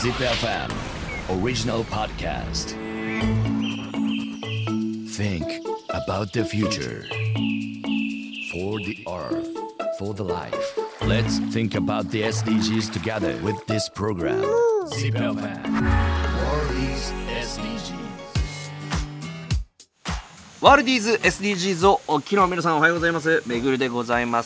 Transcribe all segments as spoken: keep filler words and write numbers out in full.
Zip エフエム Original Podcast. Think about the future. For the earth, for the life. Let's think about the エスディージーズ together with this program. Zip エフエム World is エスディージーズ. ワールディーズ エスディージーズ をお聞きの皆さん、おはようございます。めぐるでございます。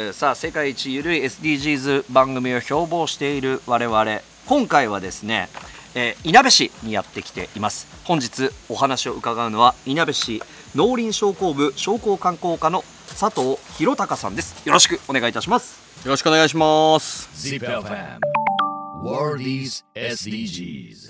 さあ、世界一ゆるい エスディージーズ 番組を標榜している我々、今回はですね、えー、いなべ市にやってきています。本日お話を伺うのは、いなべ市農林商工部商工観光課の佐藤弘隆さんです。よろしくお願いいたします。 よろしくお願いします。 Zip エフエム World is エスディージーズ.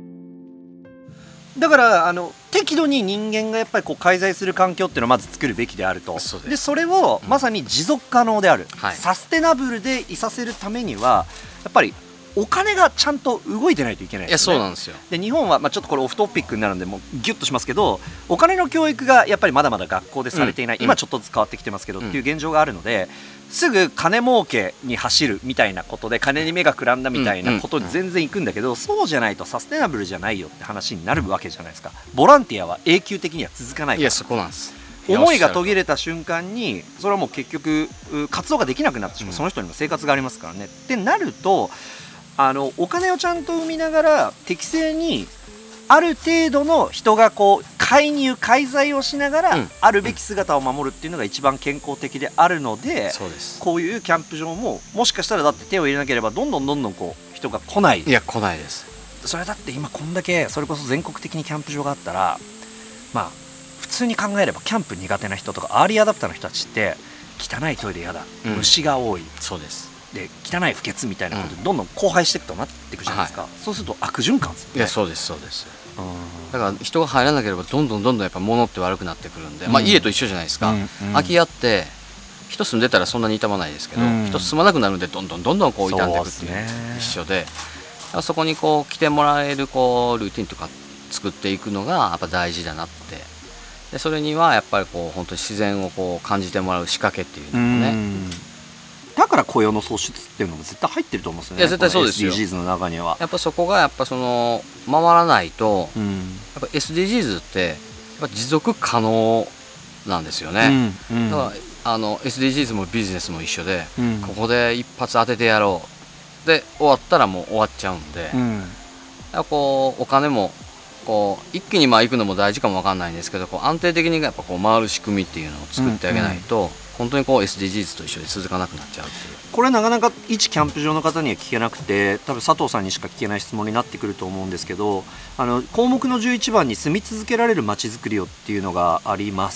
だからあの適度に人間がやっぱりこう介在する環境っていうのをまず作るべきであると。 そうです。 でそれをまさに持続可能である、 うんはい、 サステナブルでいさせるためにはやっぱりお金がちゃんと動いてないといけないですよね。 いやそうなんですよ。 で日本は、まあ、ちょっとこれオフトピックになるんでもうギュッとしますけど、お金の教育がやっぱりまだまだ学校でされていない、うん、今ちょっとずつ変わってきてますけど、うん、っていう現状があるので、すぐ金儲けに走るみたいなことで金に目がくらんだみたいなことに全然いくんだけど、うんうんうん、そうじゃないとサステナブルじゃないよって話になるわけじゃないですか。ボランティアは永久的には続かないから。 いやそこなんです。 思いが途切れた瞬間にそれはもう結局活動ができなくなってしまう、うん、その人にも生活がありますからねってなると、あのお金をちゃんと生みながら適正にある程度の人がこう介入介在をしながら、うん、あるべき姿を守るっていうのが一番健康的であるので、 そうです。 こういうキャンプ場ももしかしたらだって手を入れなければどんどんどんどんこう人が来ない。 いや来ないです。 それだって今こんだけそれこそ全国的にキャンプ場があったら、まあ普通に考えればキャンプ苦手な人とかアーリーアダプターの人たちって汚いトイレやだ、うん、虫が多い、 そうですで汚い不潔みたいなことでどんどん荒廃していくとなっていくじゃないですか、はい、そうすると悪循環ですよね。 いやそうですそうです。だから人が入らなければどんどんどんどんやっぱ物って悪くなってくるんで、うん、まあ家と一緒じゃないですか、うんうん、空き家って人住んでたらそんなに傷まないですけど、うん、人住まなくなるんでどんどんどんどんこう傷んでいくっていう一緒で、そ, そこにこう来てもらえるこうルーティンとか作っていくのがやっぱ大事だなって。でそれにはやっぱりこう本当に自然をこう感じてもらう仕掛けっていうのもね、 だから雇用の創出っていうのも絶対入ってると思うんですよね。 いや絶対そうですよ。 エスディージーズ の中にはやっぱそこがやっぱその回らないと、うん、やっぱ エスディージーズ ってやっぱ持続可能なんですよね、うんうん、だからあの エスディージーズ もビジネスも一緒で、うん、ここで一発当ててやろうで終わったらもう終わっちゃうんで、うん、だからこうお金もこう一気にまあ行くのも大事かも分かんないんですけど、こう安定的にやっぱこう回る仕組みっていうのを作ってあげないと、うんうん、本当にこう エスディージーズ と一緒に続かなくなっちゃうっていう。 これなかなか一キャンプ場の方には聞けなくて、多分佐藤さんにしか聞けない質問になってくると思うんですけど、あの項目のじゅういちばんに住み続けられるまちづくりをっていうのがあります、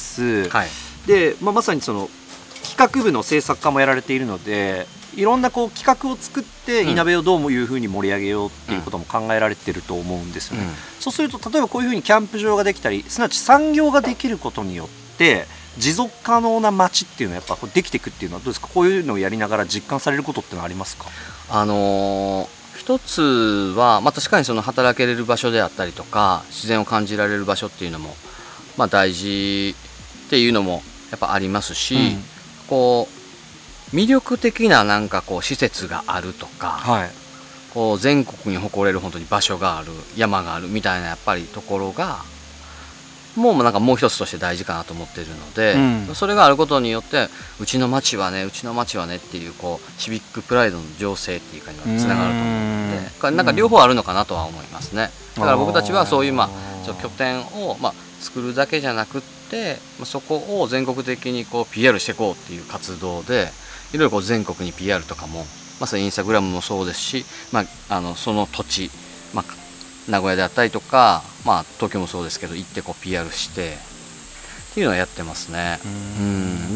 はい、で、まあ、まさにその企画部の制作課もやられているので、いろんなこう企画を作っていなべをどういうふうに盛り上げようっていうことも考えられてると思うんですよね、うん、そうすると例えばこういうふうにキャンプ場ができたり、すなわち産業ができることによって持続可能な街っていうのはやっぱできていくっていうのはどうですか。こういうのをやりながら実感されることってのはありますか。 あのー、一つは、まあ、確かにその働けれる場所であったりとか自然を感じられる場所っていうのも、まあ、大事っていうのもやっぱありますし、うん、こう魅力的ななんかこう施設があるとか、はい、こう全国に誇れる本当に場所がある、山があるみたいなやっぱりところがもうなんかもう一つとして大事かなと思っているので、うん、それがあることによってうちの町はねうちの町はねっていうこうシビックプライドの醸成っていうかにはつながると思うので、なんか両方あるのかなとは思いますね。だから僕たちはそういうまあ拠点をまあ作るだけじゃなくってそこを全国的にこう ピーアール していこうっていう活動で、いろいろこう全国に ピーアール とかも、まあ、インスタグラムもそうですし、まあ、あのその土地、まあ、名古屋であったりとか、まあ、東京もそうですけど行ってこう ピーアール してっていうのをやってますね。うん、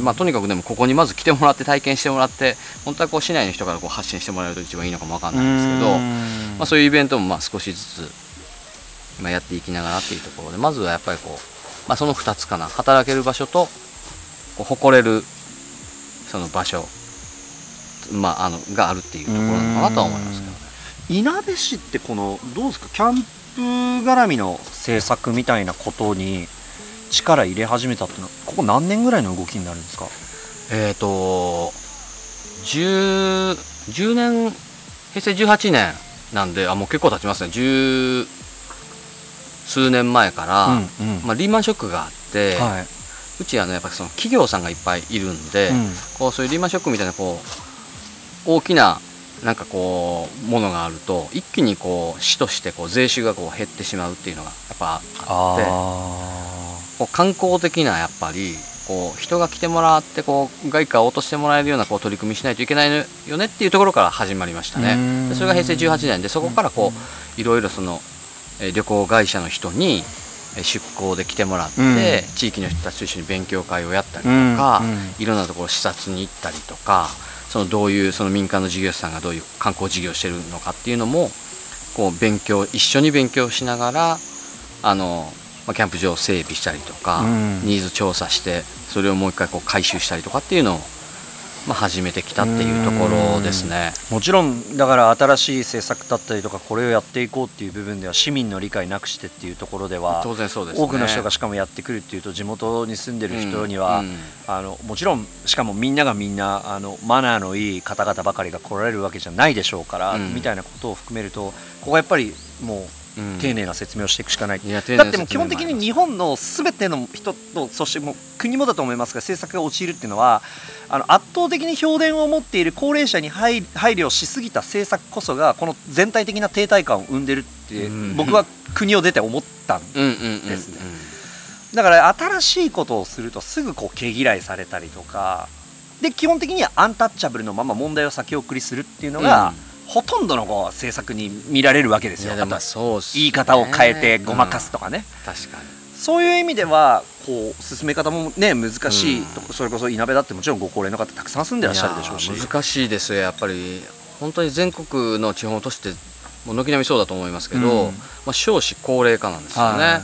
まあ、とにかくでもここにまず来てもらって体験してもらって、本当はこう市内の人からこう発信してもらえると一番いいのかもわかんないんですけど、まあ、そういうイベントもまあ少しずつ今やっていきながらっていうところで、まずはやっぱりこう、まあ、そのふたつかな、働ける場所とこう誇れるその場所、まあ、あのがあるっていうところなのかなとは思いますけどね。 いなべ市ってこのどうですか、キャンプ絡みの政策みたいなことに力入れ始めたっていうのはここ何年ぐらいの動きになるんですか。 えっとじゅう、じゅうねん、へいせいじゅうはちねんなんで、あもう結構経ちますね。十数年前から、うんうん、まあ、リーマンショックがあって、はい、うちはねやっぱその企業さんがいっぱいいるんで、うん、こうそういうリーマンショックみたいなこう大きななんかこうものがあると一気にこう市としてこう税収がこう減ってしまうっていうのがやっぱあって、こう観光的なやっぱりこう人が来てもらってこう外貨を落としてもらえるようなこう取り組みしないといけないよねっていうところから始まりましたね。でそれがへいせいじゅうはちねんで、そこからこういろいろその旅行会社の人に出向で来てもらって、うん、地域の人たちと一緒に勉強会をやったりとか、うんうん、いろんなところ視察に行ったりとか、そのどういうその民間の事業者さんがどういう観光事業をしてるのかっていうのもこう勉強一緒に勉強しながら、あの、まあ、キャンプ場を整備したりとか、うん、ニーズ調査してそれをもう一回こう回収したりとかっていうのをまあ、始めてきたっていうところですね。 もちろんだから新しい政策だったりとかこれをやっていこうっていう部分では市民の理解なくしてっていうところでは当然そうですね。 多くの人がしかもやってくるっていうと地元に住んでる人には、うんうん、あのもちろんしかもみんながみんなあのマナーのいい方々ばかりが来られるわけじゃないでしょうから、うん、みたいなことを含めるとここはやっぱりもううん、丁寧な説明をしていくしかない。だってもう基本的に日本のすべての人とそしてもう国もだと思いますが政策が陥るっていうのはあの圧倒的に評伝を持っている高齢者に配慮しすぎた政策こそがこの全体的な停滞感を生んでるって、うん、僕は国を出て思ったんですね。だから新しいことをするとすぐこう毛嫌いされたりとかで基本的にはアンタッチャブルのまま問題を先送りするっていうのが、うんほとんどのこう政策に見られるわけですよ。 いやでもそうっすね、 言い方を変えてごまかすとかね、 うん、確かにそういう意味ではこう進め方もね難しい、うん、それこそいなべだってもちろんご高齢の方たくさん住んでらっしゃるでしょうし難しいですよやっぱり。本当に全国の地方都市ってもう軒並みそうだと思いますけど、うんまあ、少子高齢化なんですよね、はい、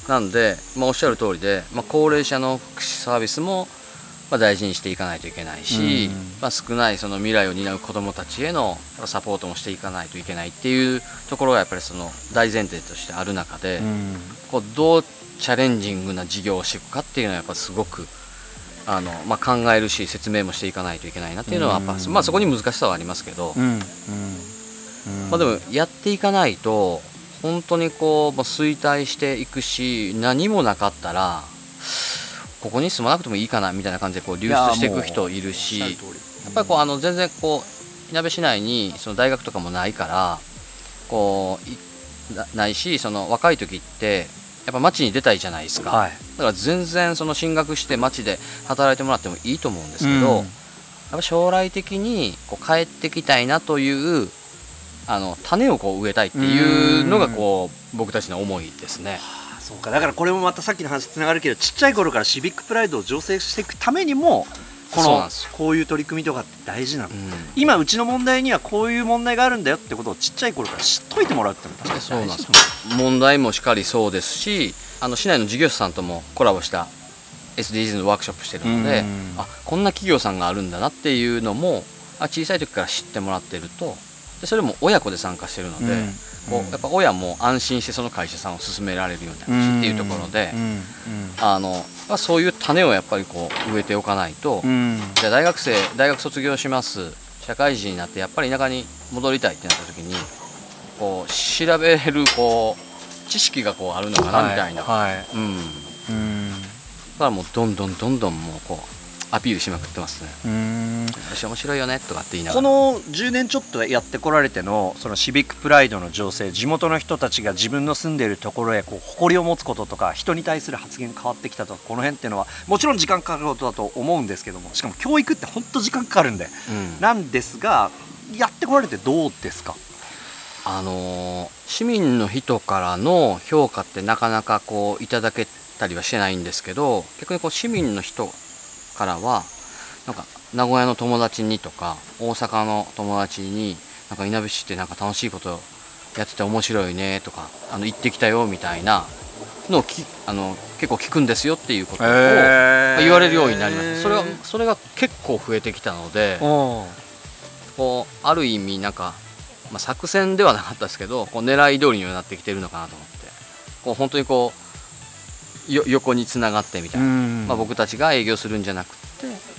なんで、まあ、おっしゃる通りで、まあ、高齢者の福祉サービスもまあ大事にしていかないといけないし、うんまあ、少ないその未来を担う子どもたちへのサポートもしていかないといけないっていうところがやっぱりその大前提としてある中で、うん、こうどうチャレンジングな事業をしていくかっていうのはやっぱすごくあの、まあ、考えるし説明もしていかないといけないなっていうのはやっぱ、うんまあ、そこに難しさはありますけど、うんうんまあ、でもやっていかないと本当にこう衰退していくし何もなかったらここに住まなくてもいいかなみたいな感じでこう流出していく人いるし、やっぱりこうあの全然こういなべ市内にその大学とかもないからこう な, ないしその若い時ってやっぱ町に出たいじゃないですか、はい、だから全然その進学して町で働いてもらってもいいと思うんですけど、うん、やっぱ将来的にこう帰ってきたいなというあの種をこう植えたいっていうのがこう僕たちの思いですね。 そうかだからこれもまたさっきの話つながるけどちっちゃい頃からシビックプライドを醸成していくためにもこのこういう取り組みとかって大事なの、うん、今うちの問題にはこういう問題があるんだよってことをちっちゃい頃から知っといてもらうってのは確かに大事そうなんです問題もしかりそうですしあの市内の事業者さんともコラボした エスディージーズ のワークショップしてるので、うん、あこんな企業さんがあるんだなっていうのも小さい時から知ってもらってるとでそれも親子で参加してるので、うんこうやっぱ親も安心してその会社さんを進められるようになるしっていうところで、あのまあ、そういう種をやっぱりこう植えておかないと、じゃあ大学生大学卒業します社会人になってやっぱり田舎に戻りたいってなった時にこう調べるこう知識がこうあるのかなみたいな、はいはいうん、うんだからもうどんどんどんどんもうこうアピールしまくってますね。うーん私面白いよねとかって言いながらこのじゅうねんちょっとやってこられてのそのシビックプライドの醸成地元の人たちが自分の住んでいるところへこう誇りを持つこととか人に対する発言が変わってきたとかこの辺っていうのはもちろん時間かかることだと思うんですけどもしかも教育って本当時間かかるんで、うん、なんですがやってこられてどうですか？ あのー、市民の人からの評価ってなかなかこういただけたりはしてないんですけど逆にこう市民の人からはなんか名古屋の友達にとか大阪の友達になんかいなべ市ってなんか楽しいことやってて面白いねとかあの行ってきたよみたいなのをきあの結構聞くんですよっていうことを言われるようになりました。それはそれが結構増えてきたのでこうある意味なんか、まあ、作戦ではなかったですけどこう狙い通りにはなってきてるのかなと思ってこう本当にこうよ横につながってみたいな、まあ、僕たちが営業するんじゃなくて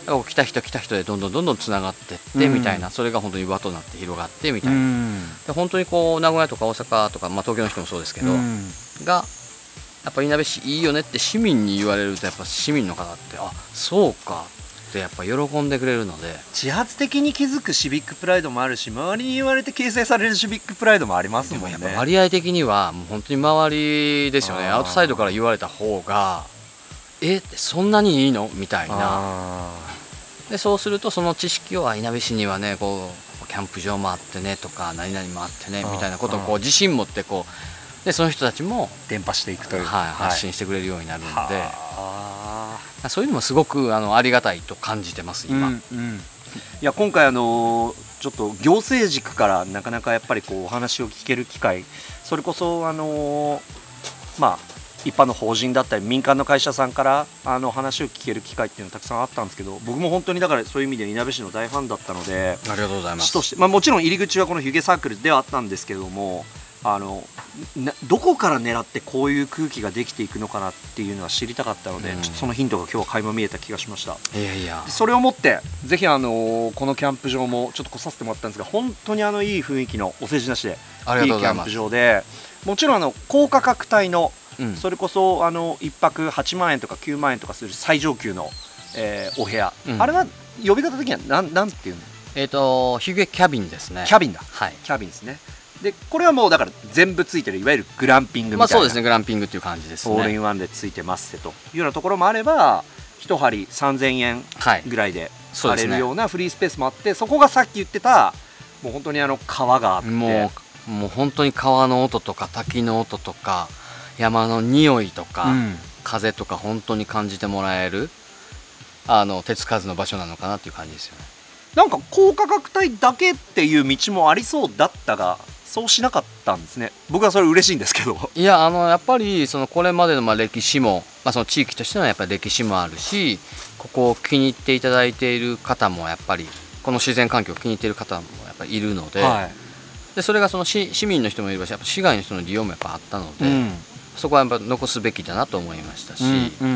ぱ来た人来た人でどんどんどんどんつながってってみたいな、うん、それが本当に輪となって広がってみたいな、うん、で本当にこう名古屋とか大阪とか、まあ、東京の人もそうですけど、うん、がやっぱいなべ市いいよねって市民に言われるとやっぱ市民の方ってあそうかってやっぱ喜んでくれるので自発的に気づくシビックプライドもあるし周りに言われて形成されるシビックプライドもありますもんね。 でもやっぱ割合的にはもう本当に周りですよね。アウトサイドから言われた方がえってそんなにいいのみたいなでそうするとその知識をいなべ市にはねこうキャンプ場もあってねとか何々もあってねみたいなことをこう自信持ってこうでその人たちも伝播していくという、 はい、発信してくれるようになるので、そういうのもすごくあのありがたいと感じてます今、うんうん、 いや今回あのちょっと行政軸からなかなかやっぱりこうお話を聞ける機会それこそあのまあ一般の法人だったり民間の会社さんからあの話を聞ける機会っていうのがたくさんあったんですけど僕も本当にだからそういう意味でいなべ市の大ファンだったのでありがとうございます。 市として、まあ、もちろん入り口はこのヒュゲサークルではあったんですけれどもあのどこから狙ってこういう空気ができていくのかなっていうのは知りたかったので、うん、ちょっとそのヒントが今日は垣間見えた気がしました。 いやいやそれをもってぜひあのこのキャンプ場もちょっと来させてもらったんですが本当にあのいい雰囲気のお世辞なしでいいキャンプ場でもちろんあの高価格帯のうん、それこそあのいっぱくはちまんえんとかきゅうまんえんとかする最上級の、えー、お部屋、うん、あれは呼び方的にはなんなんていうの？ えっとヒュゲキャビンですね。 キャビンだ。 はい。 キャビンですね。でこれはもうだから全部ついてるいわゆるグランピングみたいな。まあそうですねグランピングっていう感じですね。 オールインワンでついてますというようなところもあれば一針さんぜんえんぐらいでされるようなフリースペースもあって、はい、そこがさっき言ってたもう本当にあの川があってもうもう本当に川の音とか滝の音とか山の匂いとか、うん、風とか本当に感じてもらえるあの手つかずの場所なのかなっていう感じですよね。 なんか高価格帯だけっていう道もありそうだったがそうしなかったんですね。僕はそれ嬉しいんですけどいやあのやっぱりそのこれまでのまあ歴史も、まあ、その地域としてのやっぱり歴史もあるしここを気に入っていただいている方もやっぱりこの自然環境を気に入っている方もやっぱりいるので、はい、でそれがその 市, 市民の人もいればやっぱ市外の人の利用もやっぱあったので、うん、そこはやっぱ残すべきだなと思いましたし、うんうんうん、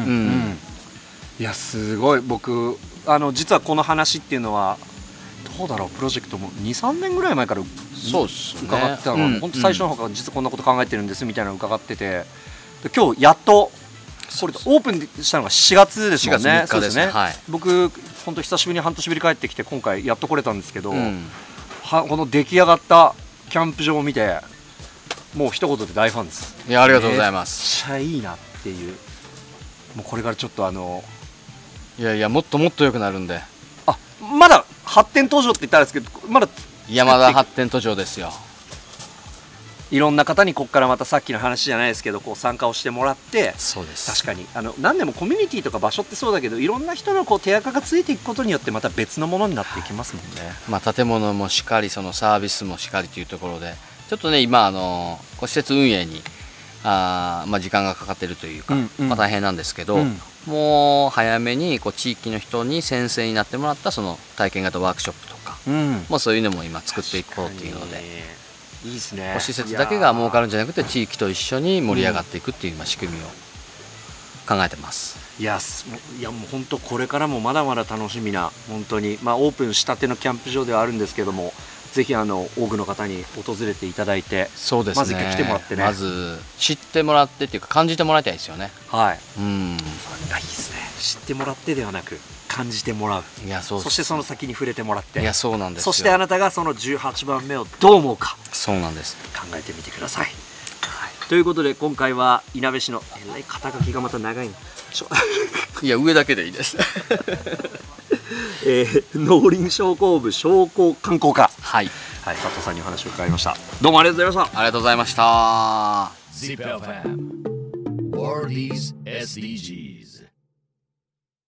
いやすごい僕あの実はこの話っていうのはどうだろうプロジェクトも にさんねんぐらい前からそうですね、 伺ってたのが、うん、本当最初の方から実はこんなこと考えてるんですみたいなのを伺っててで今日やっとこれオープンしたのがしがつですもんね。 しがつみっかですね。はい、 僕本当久しぶりに半年ぶり帰ってきて今回やっと来れたんですけど、うん、はこの出来上がったキャンプ場を見てもう一言で大ファンです。 いやありがとうございます。 めっちゃいいなっていうもうこれからちょっとあのいやいやもっともっと良くなるんであまだ発展途上って言ったらですけどまだ山田発展途上ですよ。 いろんな方にここからまたさっきの話じゃないですけどこう参加をしてもらってそうです確かにあの何でもコミュニティとか場所ってそうだけどいろんな人のこう手垢がついていくことによってまた別のものになっていきますもんね。 まあ、建物もしっかりそのサービスもしっかりというところでちょっとね今あのこう施設運営にあ、まあ、時間がかかっているというか、うんうんまあ、大変なんですけど、うん、もう早めにこう地域の人に先生になってもらったその体験型ワークショップとか、うん、もうそういうのも今作っていこうっていうので。 いいですね。 施設だけが儲かるんじゃなくて地域と一緒に盛り上がっていくっていう仕組みを考えてます。 いや、いやもう本当これからもまだまだ楽しみな本当に、まあ、オープンしたてのキャンプ場ではあるんですけどもぜひあの多くの方に訪れていただいてそうですね、 まず一回来てもらってねまず知ってもらってっていうか感じてもらいたいですよね。 はい、 うん、 それがいいですね。知ってもらってではなく感じてもらう。 いやそうそ, そしてその先に触れてもらっていやそうなんですよ。 そしてあなたがそのじゅうはちばんめをどう思うかそうなんです考えてみてください、はい、ということで今回はいなべ市のえらい肩書きがまた長いのちょいや上だけでいいですえー、農林商工部商工観光課はい、 はい、佐藤さんにお話を伺いました。どうもありがとうございました。 ありがとうございました。 ジーペーエフエム World is エスディージー